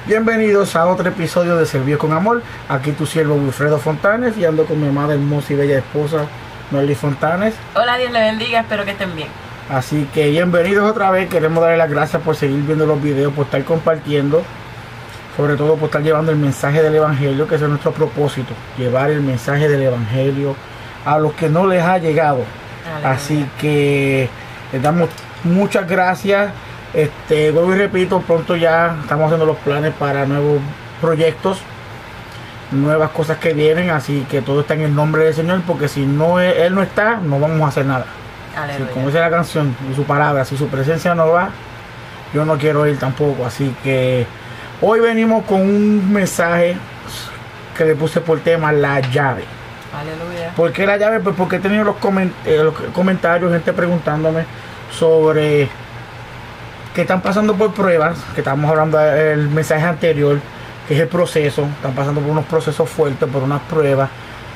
Bienvenidos a otro episodio de Servir con Amor. Aquí tu siervo Wilfredo Fontanes y ando con mi amada, hermosa y bella esposa Melly Fontanes. Hola, Dios le bendiga, espero que estén bien. Así que bienvenidos otra vez. Queremos darle las gracias por seguir viendo los videos, por estar compartiendo, sobre todo por estar llevando el mensaje del Evangelio, que ese es nuestro propósito, llevar el mensaje del Evangelio a los que no les ha llegado. Aleluya. Así que les damos muchas gracias. Vuelvo y repito, pronto ya estamos haciendo los planes para nuevos proyectos, nuevas cosas que vienen, así que todo está en el nombre del Señor, porque si no Él no está, no vamos a hacer nada. Así, como dice la canción y su palabra, si su presencia no va, yo no quiero ir tampoco. Así que hoy venimos con un mensaje que le puse por tema la llave. Aleluya. ¿Por qué la llave? Pues porque he tenido los comentarios, gente preguntándome sobre que están pasando por pruebas, que estamos hablando del mensaje anterior, que es el proceso, están pasando por unos procesos fuertes, por unas pruebas,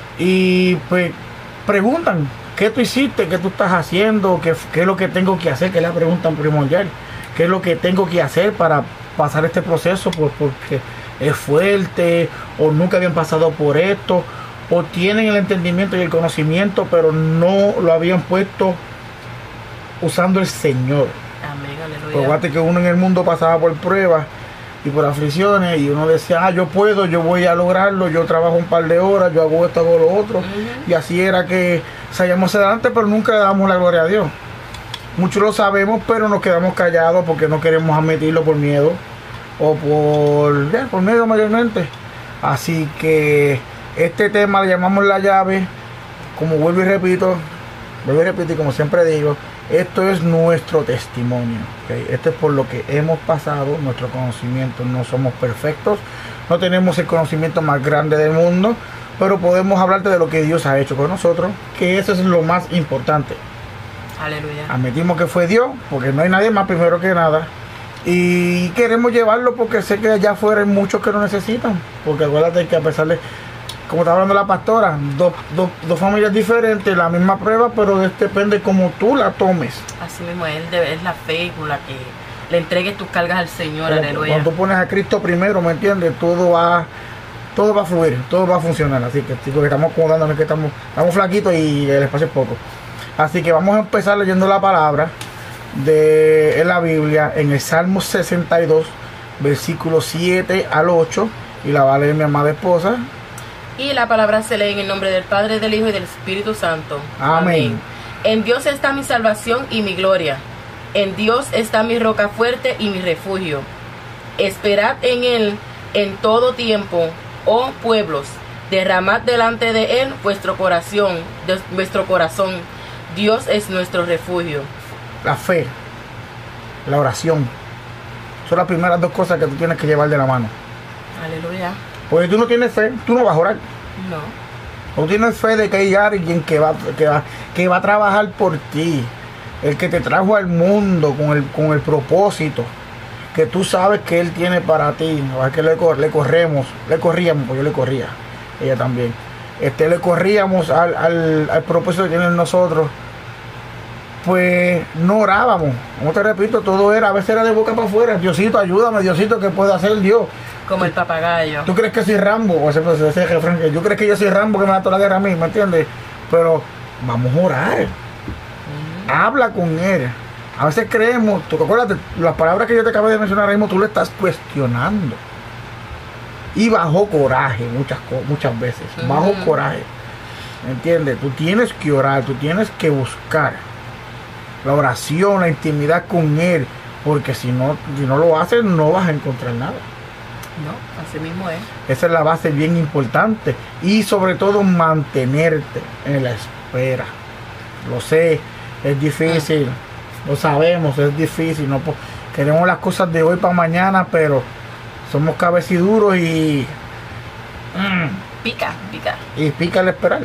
y pues preguntan, ¿qué tú hiciste? ¿Qué tú estás haciendo? ¿Qué es lo que tengo que hacer? Que es la pregunta primordial. ¿Qué es lo que tengo que hacer para pasar este proceso? Pues porque es fuerte, o nunca habían pasado por esto, o tienen el entendimiento y el conocimiento, pero no lo habían puesto usando el Señor. Amén, aleluya. Acuérdate que uno en el mundo pasaba por pruebas y por aflicciones, y uno decía, yo puedo, yo voy a lograrlo, yo trabajo un par de horas, yo hago esto, hago lo otro. Y así era que salíamos adelante, pero nunca le damos la gloria a Dios. Muchos lo sabemos, pero nos quedamos callados porque no queremos admitirlo por miedo, o por miedo mayormente. Así que este tema le llamamos la llave. Como vuelvo y repito, y como siempre digo, esto es nuestro testimonio, ¿okay? Esto es por lo que hemos pasado, nuestro conocimiento. No somos perfectos, no tenemos el conocimiento más grande del mundo, pero podemos hablarte de lo que Dios ha hecho con nosotros, que eso es lo más importante. Aleluya. Admitimos que fue Dios, porque no hay nadie más primero que nada, y queremos llevarlo porque sé que allá afuera hay muchos que lo necesitan, porque acuérdate que a pesar de, como está hablando la pastora, dos familias diferentes, la misma prueba, pero depende cómo tú la tomes. Así mismo, es la fe con la que le entregues tus cargas al Señor, aleluya. Cuando tú pones a Cristo primero, ¿me entiendes? Todo va a fluir, todo va a funcionar. Así que chicos, estamos acomodándonos, que estamos flaquitos y el espacio es poco. Así que vamos a empezar leyendo la palabra en la Biblia, en el Salmo 62, versículos 7 al 8, y la va a leer mi amada esposa. Y la palabra se lee en el nombre del Padre, del Hijo y del Espíritu Santo. Amén. En Dios está mi salvación y mi gloria. En Dios está mi roca fuerte y mi refugio. Esperad en Él en todo tiempo, oh pueblos. Derramad delante de Él vuestro corazón. Dios es nuestro refugio. La fe, la oración, son las primeras dos cosas que tú tienes que llevar de la mano. Aleluya. Porque tú no tienes fe, tú no vas a orar. No. Tú tienes fe de que hay alguien que va a trabajar por ti. El que te trajo al mundo con el propósito que tú sabes que Él tiene para ti. No es que le corríamos, pues yo le corría, ella también. Le corríamos al propósito que tiene en nosotros. Pues no orábamos, como te repito, todo era, a veces era de boca para afuera. Diosito, ayúdame, Diosito, ¿qué puede hacer Dios? Como el papagayo. ¿Tú crees que soy Rambo? O ese refrán, ¿yo crees que yo soy Rambo que me da toda la guerra a mí? ¿Me entiendes? Pero vamos a orar. Habla con Él. A veces creemos, tú acuérdate, las palabras que yo te acabo de mencionar ahora mismo, tú le estás cuestionando. Y bajo coraje, muchas veces. Bajo coraje. ¿Me entiendes? Tú tienes que orar, tú tienes que buscar la oración, la intimidad con Él, porque si no lo haces, no vas a encontrar nada. No, así mismo es. Esa es la base bien importante. Y sobre todo mantenerte en la espera. Lo sé, es difícil, lo sabemos, es difícil. No queremos las cosas de hoy para mañana, pero somos cabeciduros y pica. Y pica el esperar.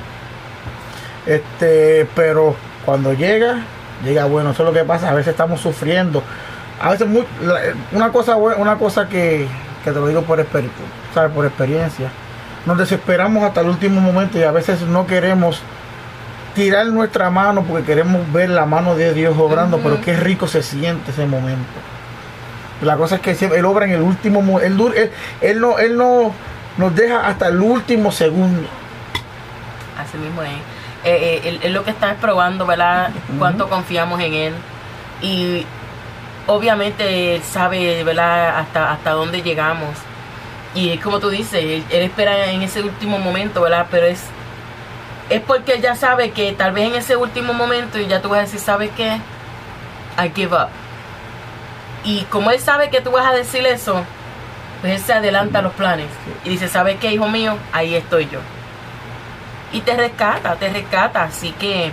Pero cuando llega bueno. Eso es lo que pasa. A veces estamos sufriendo. A veces una cosa que te lo digo por experiencia. Nos desesperamos hasta el último momento y a veces no queremos tirar nuestra mano porque queremos ver la mano de Dios obrando, pero qué rico se siente ese momento. La cosa es que siempre, él obra en el último, él no nos deja hasta el último segundo. Así mismo es. Él lo que está es probando, ¿verdad? Cuánto confiamos en él. Y obviamente él sabe, ¿verdad? Hasta dónde llegamos. Y es como tú dices, él espera en ese último momento, ¿verdad? Pero es porque él ya sabe que tal vez en ese último momento y ya tú vas a decir, ¿sabes qué? I give up. Y como él sabe que tú vas a decir eso, pues él se adelanta a los planes y dice, ¿sabes qué, hijo mío? Ahí estoy yo. Y te rescata. Así que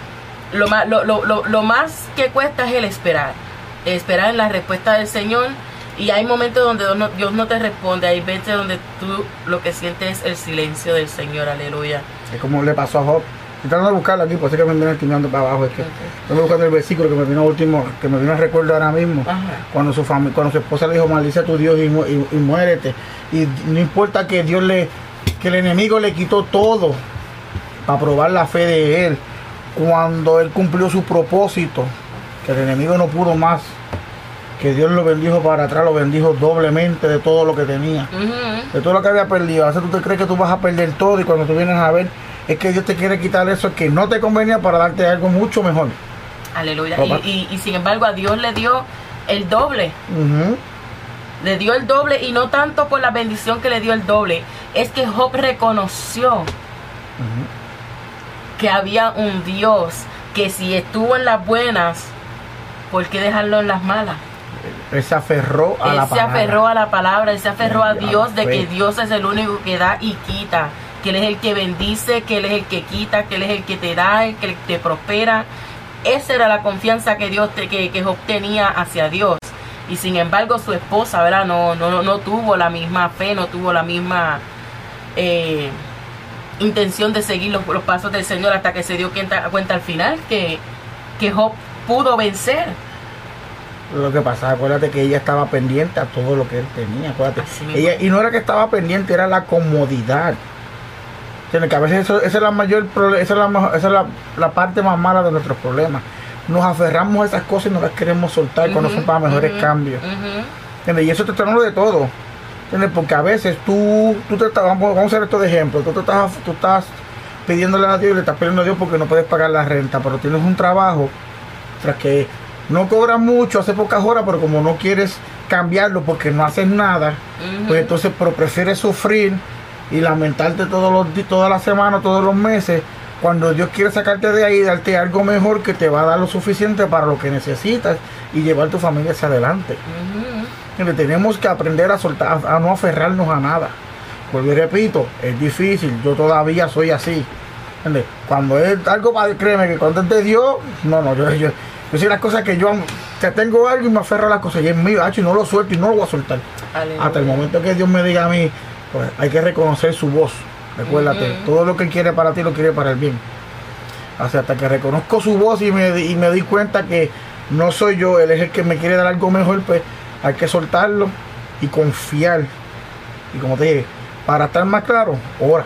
lo más que cuesta es el esperar en la respuesta del Señor. Y hay momentos donde Dios no te responde, hay veces donde tú lo que sientes es el silencio del Señor, aleluya. Es como le pasó a Job. Estoy tratando de buscarlo aquí, por eso que me viene estimando para abajo. Es que estoy buscando el versículo que me vino a recuerdo ahora mismo. Cuando su esposa le dijo, maldice a tu Dios y muérete. Y no importa que que el enemigo le quitó todo para probar la fe de él. Cuando él cumplió su propósito, que el enemigo no pudo más, que Dios lo bendijo para atrás, lo bendijo doblemente de todo lo que tenía, de todo lo que había perdido. A veces tú te crees que tú vas a perder todo y cuando tú vienes a ver es que Dios te quiere quitar eso que no te convenía para darte algo mucho mejor. Aleluya. Y sin embargo a Dios le dio el doble. Le dio el doble, y no tanto por la bendición que le dio el doble, es que Job reconoció que había un Dios que si estuvo en las buenas, ¿por qué dejarlo en las malas? Él se aferró a la palabra. Él se aferró a la palabra, él se aferró a Dios, de que Dios es el único que da y quita, que Él es el que bendice, que Él es el que quita, que Él es el que te da, el que te prospera. Esa era la confianza que que Job tenía hacia Dios. Y sin embargo su esposa, ¿verdad? No tuvo la misma fe, no tuvo la misma intención de seguir los pasos del Señor, hasta que se dio cuenta al final que Job pudo vencer. Lo que pasa, acuérdate que ella estaba pendiente a todo lo que él tenía, acuérdate. Y no era que estaba pendiente, era la comodidad. Que a veces esa es la mayor esa es la parte más mala de nuestros problemas. Nos aferramos a esas cosas y no las queremos soltar cuando son para mejores cambios. Y eso te está hablando de todo. ¿Entiendes? Porque a veces vamos a hacer esto de ejemplo. Tú estás pidiéndole a Dios y le estás pidiendo a Dios porque no puedes pagar la renta, pero tienes un trabajo tras que no cobras mucho, hace pocas horas, pero como no quieres cambiarlo porque no haces nada, pues entonces prefieres sufrir y lamentarte toda la semana, todos los meses, cuando Dios quiere sacarte de ahí y darte algo mejor que te va a dar lo suficiente para lo que necesitas y llevar tu familia hacia adelante. Tenemos que aprender a soltar, a no aferrarnos a nada. Vuelvo y repito, es difícil, yo todavía soy así. ¿Entiendes? Cuando es algo para, créeme que cuando es de Dios, yo soy las cosas que yo tengo algo y me aferro a las cosas y es mío, y no lo suelto y no lo voy a soltar. Aleluya. Hasta el momento que Dios me diga a mí, pues hay que reconocer su voz. Recuérdate, todo lo que Él quiere para ti lo quiere para el bien. Hasta que reconozco su voz y me di cuenta que no soy yo, Él es el que me quiere dar algo mejor, pues hay que soltarlo y confiar. Y como te dije, para estar más claro, ora.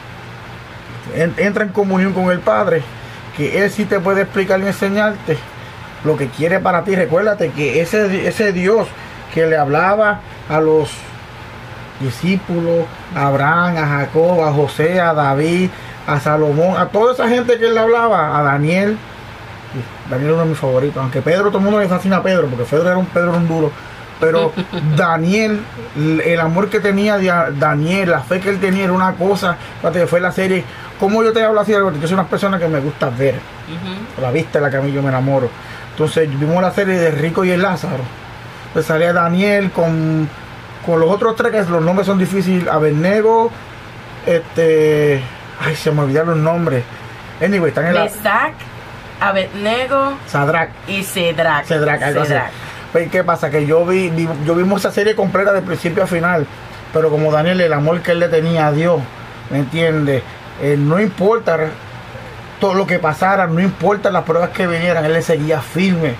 Entra en comunión con el Padre, que Él sí te puede explicar y enseñarte lo que quiere para ti. Recuérdate que ese Dios que le hablaba a los discípulos, a Abraham, a Jacob, a José, a David, a Salomón, a toda esa gente que él le hablaba, a Daniel. Daniel es uno de mis favoritos, aunque Pedro, todo el mundo le fascina a Pedro, porque Pedro era un duro. Pero Daniel, el amor que tenía Daniel, la fe que él tenía era una cosa. Fíjate, fue la serie. Como yo te hablo así, porque yo soy una persona que me gusta ver. La vista es la que a mí yo me enamoro. Entonces vimos la serie de Rico y el Lázaro. Pues salía Daniel con los otros tres, que los nombres son difíciles. Abednego, ay, se me olvidaron los nombres. Anyway, están en Mesach, Abednego, Sadrach y Cedrac. Pues, ¿qué pasa? Que yo vimos esa serie completa de principio a final, pero como Daniel, el amor que él le tenía a Dios, ¿me entiendes? No importa todo lo que pasara, no importa las pruebas que vinieran, él le seguía firme.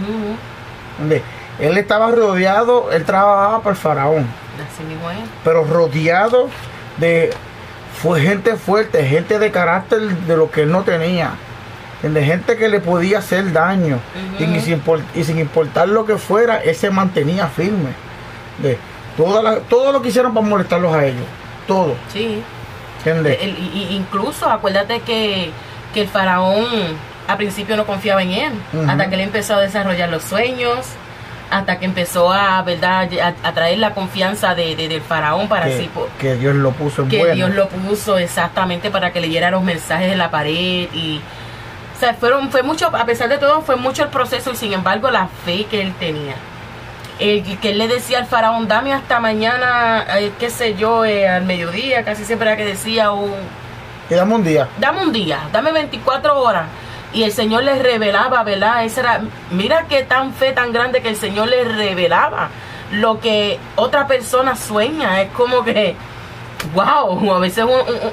Él estaba rodeado, él trabajaba para el faraón, así mismo es, pero rodeado de gente fuerte, gente de carácter de lo que él no tenía. De gente que le podía hacer daño. Y sin importar lo que fuera, él se mantenía firme. Todo lo que hicieron para molestarlos a ellos. Todo. Sí. ¿Entiendes? Incluso acuérdate que el faraón al principio no confiaba en él, hasta que él empezó a desarrollar los sueños, hasta que empezó a traer la confianza del faraón para que Dios lo puso en que Dios lo puso exactamente para que leyera los mensajes en la pared. Y o sea, fue mucho, a pesar de todo, fue mucho el proceso, y sin embargo la fe que él tenía. Que él le decía al faraón, dame hasta mañana, qué sé yo, al mediodía, casi siempre era que decía, y dame un día, dame 24 horas. Y el Señor les revelaba, ¿verdad? Mira qué tan fe tan grande que el Señor les revelaba lo que otra persona sueña. Es como que, wow, a veces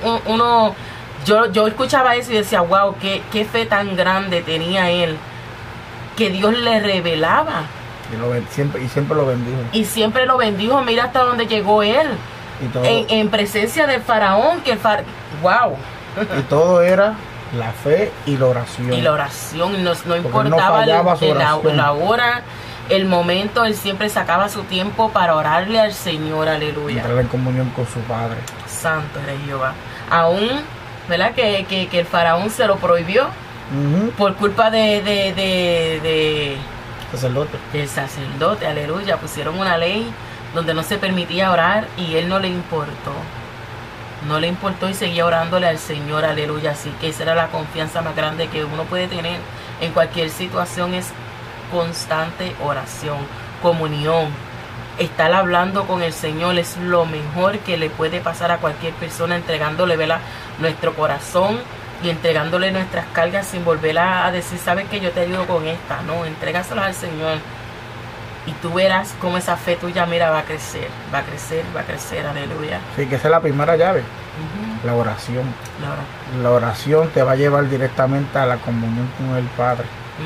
yo escuchaba eso y decía, wow, qué fe tan grande tenía él, que Dios le revelaba. Siempre lo bendijo. Y siempre lo bendijo. Mira hasta dónde llegó él. En presencia del faraón. Wow. Y todo era la fe y la oración. No importaba la hora, el momento. Él siempre sacaba su tiempo para orarle al Señor. Aleluya. Entrar en comunión con su Padre. Santo eres Jehová. Aún, ¿verdad? Que el faraón se lo prohibió. Por culpa del sacerdote, aleluya. Pusieron una ley donde no se permitía orar, y él no le importó y seguía orándole al Señor, aleluya. Así que esa era la confianza más grande que uno puede tener en cualquier situación, es constante oración, comunión, estar hablando con el Señor. Es lo mejor que le puede pasar a cualquier persona, entregándole, ¿verdad?, nuestro corazón y entregándole nuestras cargas, sin volver a decir, sabes que yo te ayudo con esta. No, entrégaselas al Señor, y tú verás cómo esa fe tuya, mira, va a crecer, aleluya. Sí, que esa es la primera llave, la oración. La oración te va a llevar directamente a la comunión con el Padre.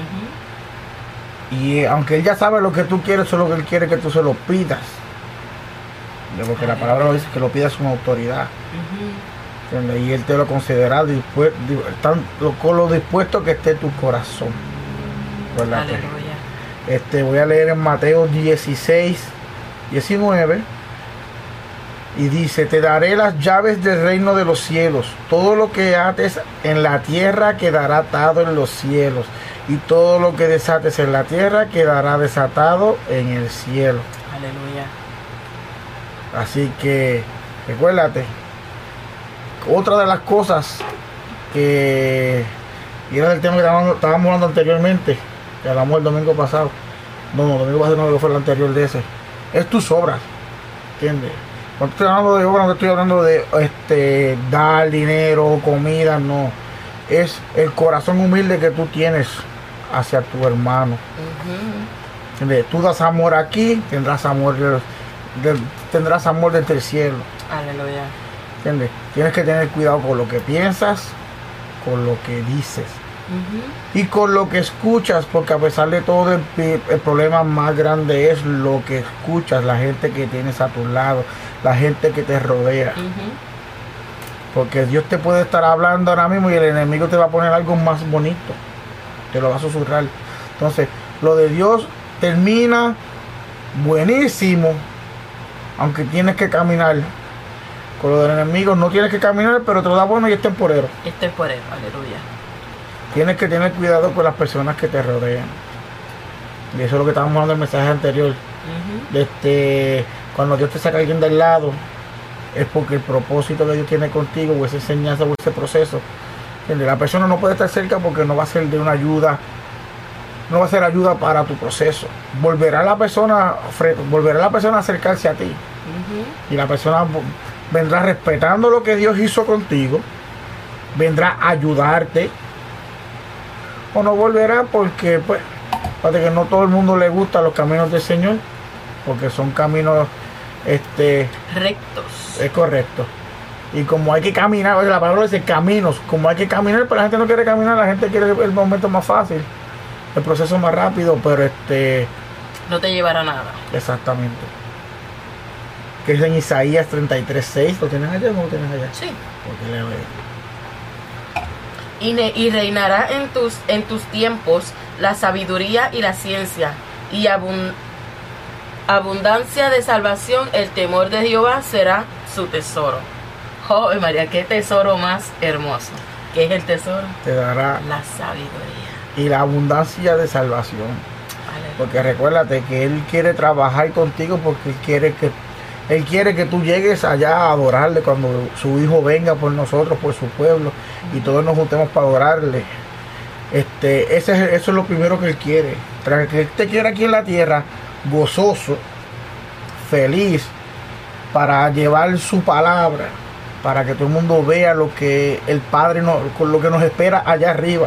Y aunque Él ya sabe lo que tú quieres, solo que Él quiere que tú se lo pidas. Porque la palabra lo dice, que lo pidas con autoridad. Y Él te lo concederá con lo dispuesto que esté tu corazón. Aleluya. Voy a leer en Mateo 16, 19. Y dice, te daré las llaves del reino de los cielos. Todo lo que ates en la tierra quedará atado en los cielos. Y todo lo que desates en la tierra quedará desatado en el cielo. Aleluya. Así que, recuérdate, otra de las cosas que, y era el tema que estábamos hablando anteriormente, que hablamos el domingo pasado. No, el domingo pasado no, que fue el anterior de ese. Es tus obras, ¿entiendes? Cuando estoy hablando de obras, no estoy hablando de dar dinero, comida, no. Es el corazón humilde que tú tienes hacia tu hermano. ¿Entiendes? Tú das amor aquí, tendrás amor desde el cielo. Aleluya. ¿Entiendes? Tienes que tener cuidado con lo que piensas, con lo que dices y con lo que escuchas, porque a pesar de todo el problema más grande es lo que escuchas, la gente que tienes a tu lado, la gente que te rodea. Porque Dios te puede estar hablando ahora mismo y el enemigo te va a poner algo más bonito, te lo va a susurrar. Entonces, lo de Dios termina buenísimo, aunque tienes que caminar. Con lo del enemigo no tienes que caminar, pero te lo da bueno y es temporero. Es temporero, aleluya. Tienes que tener cuidado con las personas que te rodean. Y eso es lo que estábamos hablando en el mensaje anterior. Cuando Dios te saca a alguien del lado, es porque el propósito que Dios tiene contigo, o esa enseñanza, o ese proceso, ¿entiendes? La persona no puede estar cerca porque no va a ser de una ayuda, no va a ser ayuda para tu proceso. Volverá la persona a acercarse a ti. Y la persona vendrá respetando lo que Dios hizo contigo, vendrá a ayudarte, o no volverá porque, pues, para que no todo el mundo le gusta los caminos del Señor, porque son caminos rectos. Es correcto. Y como hay que caminar, oye, la palabra dice caminos, como hay que caminar, pero la gente no quiere caminar, la gente quiere el momento más fácil, el proceso más rápido, pero no te llevará a nada. Exactamente. Que es en Isaías 33:6. ¿Lo tienes allá o no lo tienes allá? Sí. Porque leo ahí. y reinará en tus tiempos la sabiduría y la ciencia, y abundancia de salvación, el temor de Jehová será su tesoro. Oh, María, qué tesoro más hermoso. ¿Qué es el tesoro? Te dará la sabiduría y la abundancia de salvación. Aleluya. Porque recuérdate que Él quiere trabajar contigo, porque Él quiere que tú llegues allá a adorarle cuando su Hijo venga por nosotros, por su pueblo, y todos nos juntemos para adorarle. Eso es lo primero que Él quiere. Que Él te quiere aquí en la tierra, gozoso, feliz, para llevar su palabra, para que todo el mundo vea lo que el Padre con lo que nos espera allá arriba.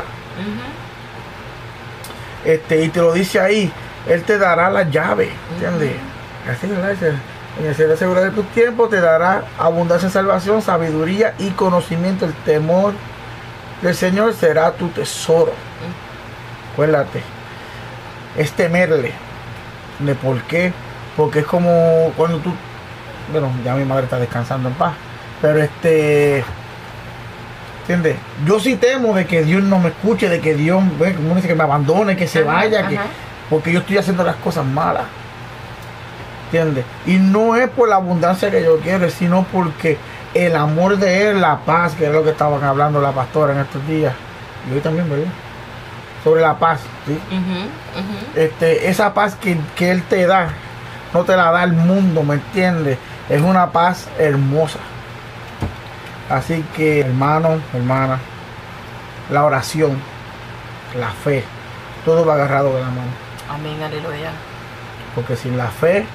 Y te lo dice ahí, Él te dará la llave, ¿entiendes? Así, ¿verdad? En el cielo seguro de tus tiempos te dará abundancia de salvación, sabiduría y conocimiento. El temor del Señor será tu tesoro. Acuérdate, es temerle. ¿De por qué? Porque es como cuando tú, bueno, ya mi madre está descansando en paz, pero ¿entiendes? Yo sí temo de que Dios no me escuche, de que Dios, como dice, que me abandone, que se vaya, porque yo estoy haciendo las cosas malas. ¿Entiendes? Y no es por la abundancia que yo quiero, sino porque el amor de Él, la paz, que es lo que estaban hablando la pastora en estos días, y hoy también, ¿verdad? Sobre la paz, ¿sí? Esa paz que Él te da, no te la da el mundo, ¿me entiendes? Es una paz hermosa. Así que, hermano, hermana, la oración, la fe, todo va agarrado de la mano. Amén, aleluya. Porque sin la fe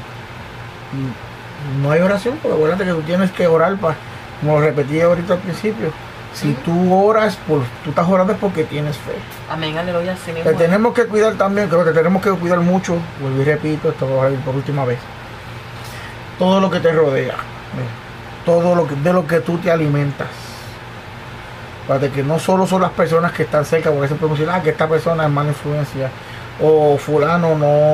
no hay oración, porque acuérdate que tú tienes que orar, como lo repetí ahorita al principio. Si tú oras, tú estás orando porque tienes fe. Amén, aleluya. Sí, te tenemos que cuidar también, creo que tenemos que cuidar mucho, vuelvo y repito, esto va a ir por última vez. Todo lo que te rodea, todo de lo que tú te alimentas. Para que no solo son las personas que están cerca, porque se puede decir, que esta persona es mala influencia, o fulano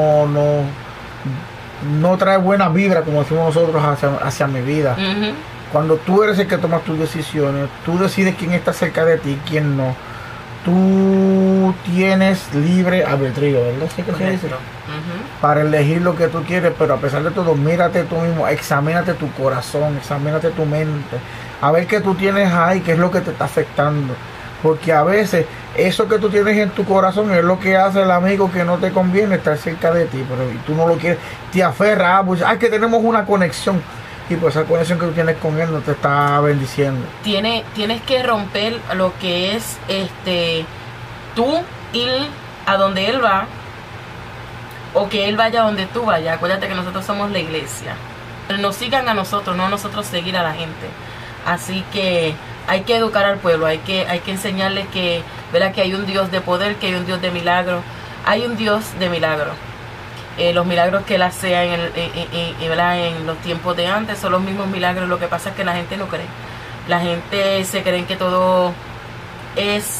no trae buena vibra, como decimos nosotros, hacia mi vida. Cuando tú eres el que tomas tus decisiones, tú decides quién está cerca de ti, quién no. Tú tienes libre albedrío, ¿verdad? ¿Sí que se dice? Para elegir lo que tú quieres, pero a pesar de todo, mírate tú mismo, examínate tu corazón, examínate tu mente, a ver qué tú tienes ahí, qué es lo que te está afectando. Porque a veces eso que tú tienes en tu corazón es lo que hace el amigo que no te conviene estar cerca de ti, pero y tú no lo quieres, te aferras, pues, que tenemos una conexión. Y pues esa conexión que tú tienes con Él no te está bendiciendo. Tienes que romper lo que es tú ir a donde Él va, o que Él vaya a donde tú vayas. Acuérdate que nosotros somos la iglesia. Nos sigan a nosotros, no a nosotros seguir a la gente. Así que hay que educar al pueblo, hay que enseñarles que, ¿verdad?, que hay un Dios de poder, que hay un Dios de milagro. Hay un Dios de milagro. Los milagros que Él hacía en los tiempos de antes son los mismos milagros. Lo que pasa es que la gente no cree. La gente se cree que todo es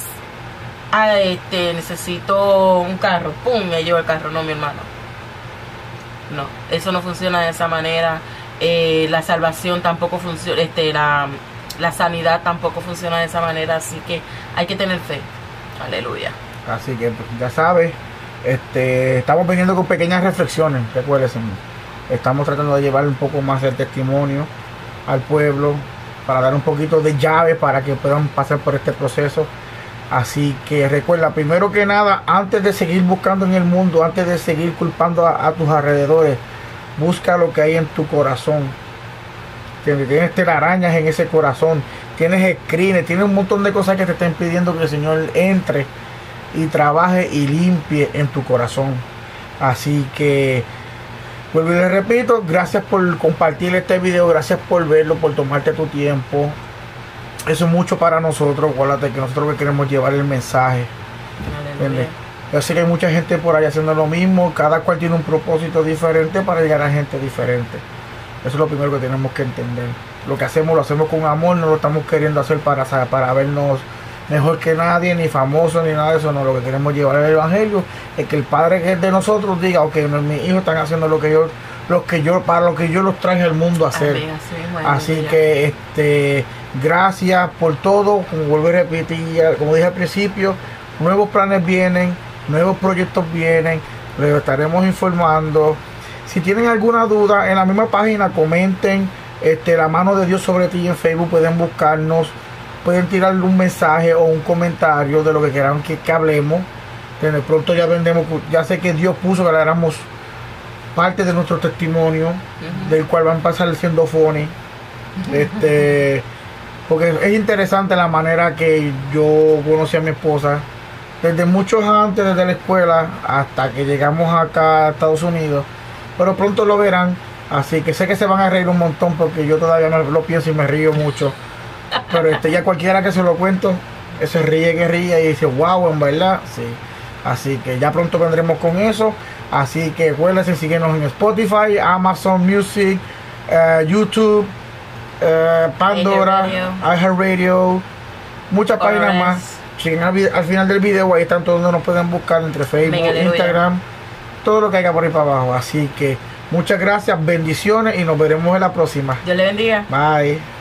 necesito un carro, pum, me llevo el carro. No, mi hermano, no, eso no funciona de esa manera. La salvación tampoco funciona, la sanidad tampoco funciona de esa manera. Así que hay que tener fe. Aleluya. Así que ya sabes, estamos viniendo con pequeñas reflexiones. Recuérdense, estamos tratando de llevar un poco más el testimonio al pueblo, para dar un poquito de llave para que puedan pasar por este proceso. Así que recuerda, primero que nada, antes de seguir buscando en el mundo, antes de seguir culpando a tus alrededores, busca lo que hay en tu corazón. Tienes telarañas en ese corazón, tienes escrines, tienes un montón de cosas que te están pidiendo que el Señor entre y trabaje y limpie en tu corazón. Así que vuelvo y le repito, gracias por compartir este video, gracias por verlo, por tomarte tu tiempo. Eso es mucho para nosotros. Acuérdate que nosotros queremos llevar el mensaje. Yo sé que hay mucha gente por ahí haciendo lo mismo, cada cual tiene un propósito diferente para llegar a gente diferente. Eso es lo primero que tenemos que entender. Lo que hacemos lo hacemos con amor, no lo estamos queriendo hacer para vernos mejor que nadie, ni famoso, ni nada de eso. No, lo que queremos llevar el evangelio es que el Padre que es de nosotros diga, ok, mis hijos están haciendo para lo que yo los traje al mundo a hacer. Así que Gracias por todo, como vuelvo a repetir, como dije al principio, nuevos planes vienen, nuevos proyectos vienen, les estaremos informando. Si tienen alguna duda, en la misma página comenten la mano de Dios sobre ti en Facebook, pueden buscarnos, pueden tirarle un mensaje o un comentario de lo que quieran que hablemos. De pronto ya vendemos, ya sé que Dios puso que le hagamos parte de nuestro testimonio, del cual van a pasar siendo funny. Porque es interesante la manera que yo conocí a mi esposa, desde muchos antes, desde la escuela hasta que llegamos acá a Estados Unidos, pero pronto lo verán, así que sé que se van a reír un montón porque yo todavía no lo pienso y me río mucho, pero ya cualquiera que se lo cuento, se ríe que ríe y dice wow, en verdad, sí, así que ya pronto vendremos con eso, así que acuérdense, síguenos en Spotify, Amazon Music, YouTube, Pandora, iHeartRadio, muchas páginas más. Chequen al final del video, ahí están todos donde nos pueden buscar, entre Facebook, Instagram, todo lo que haya por ahí para abajo. Así que muchas gracias, bendiciones y nos veremos en la próxima. Dios le bendiga. Bye.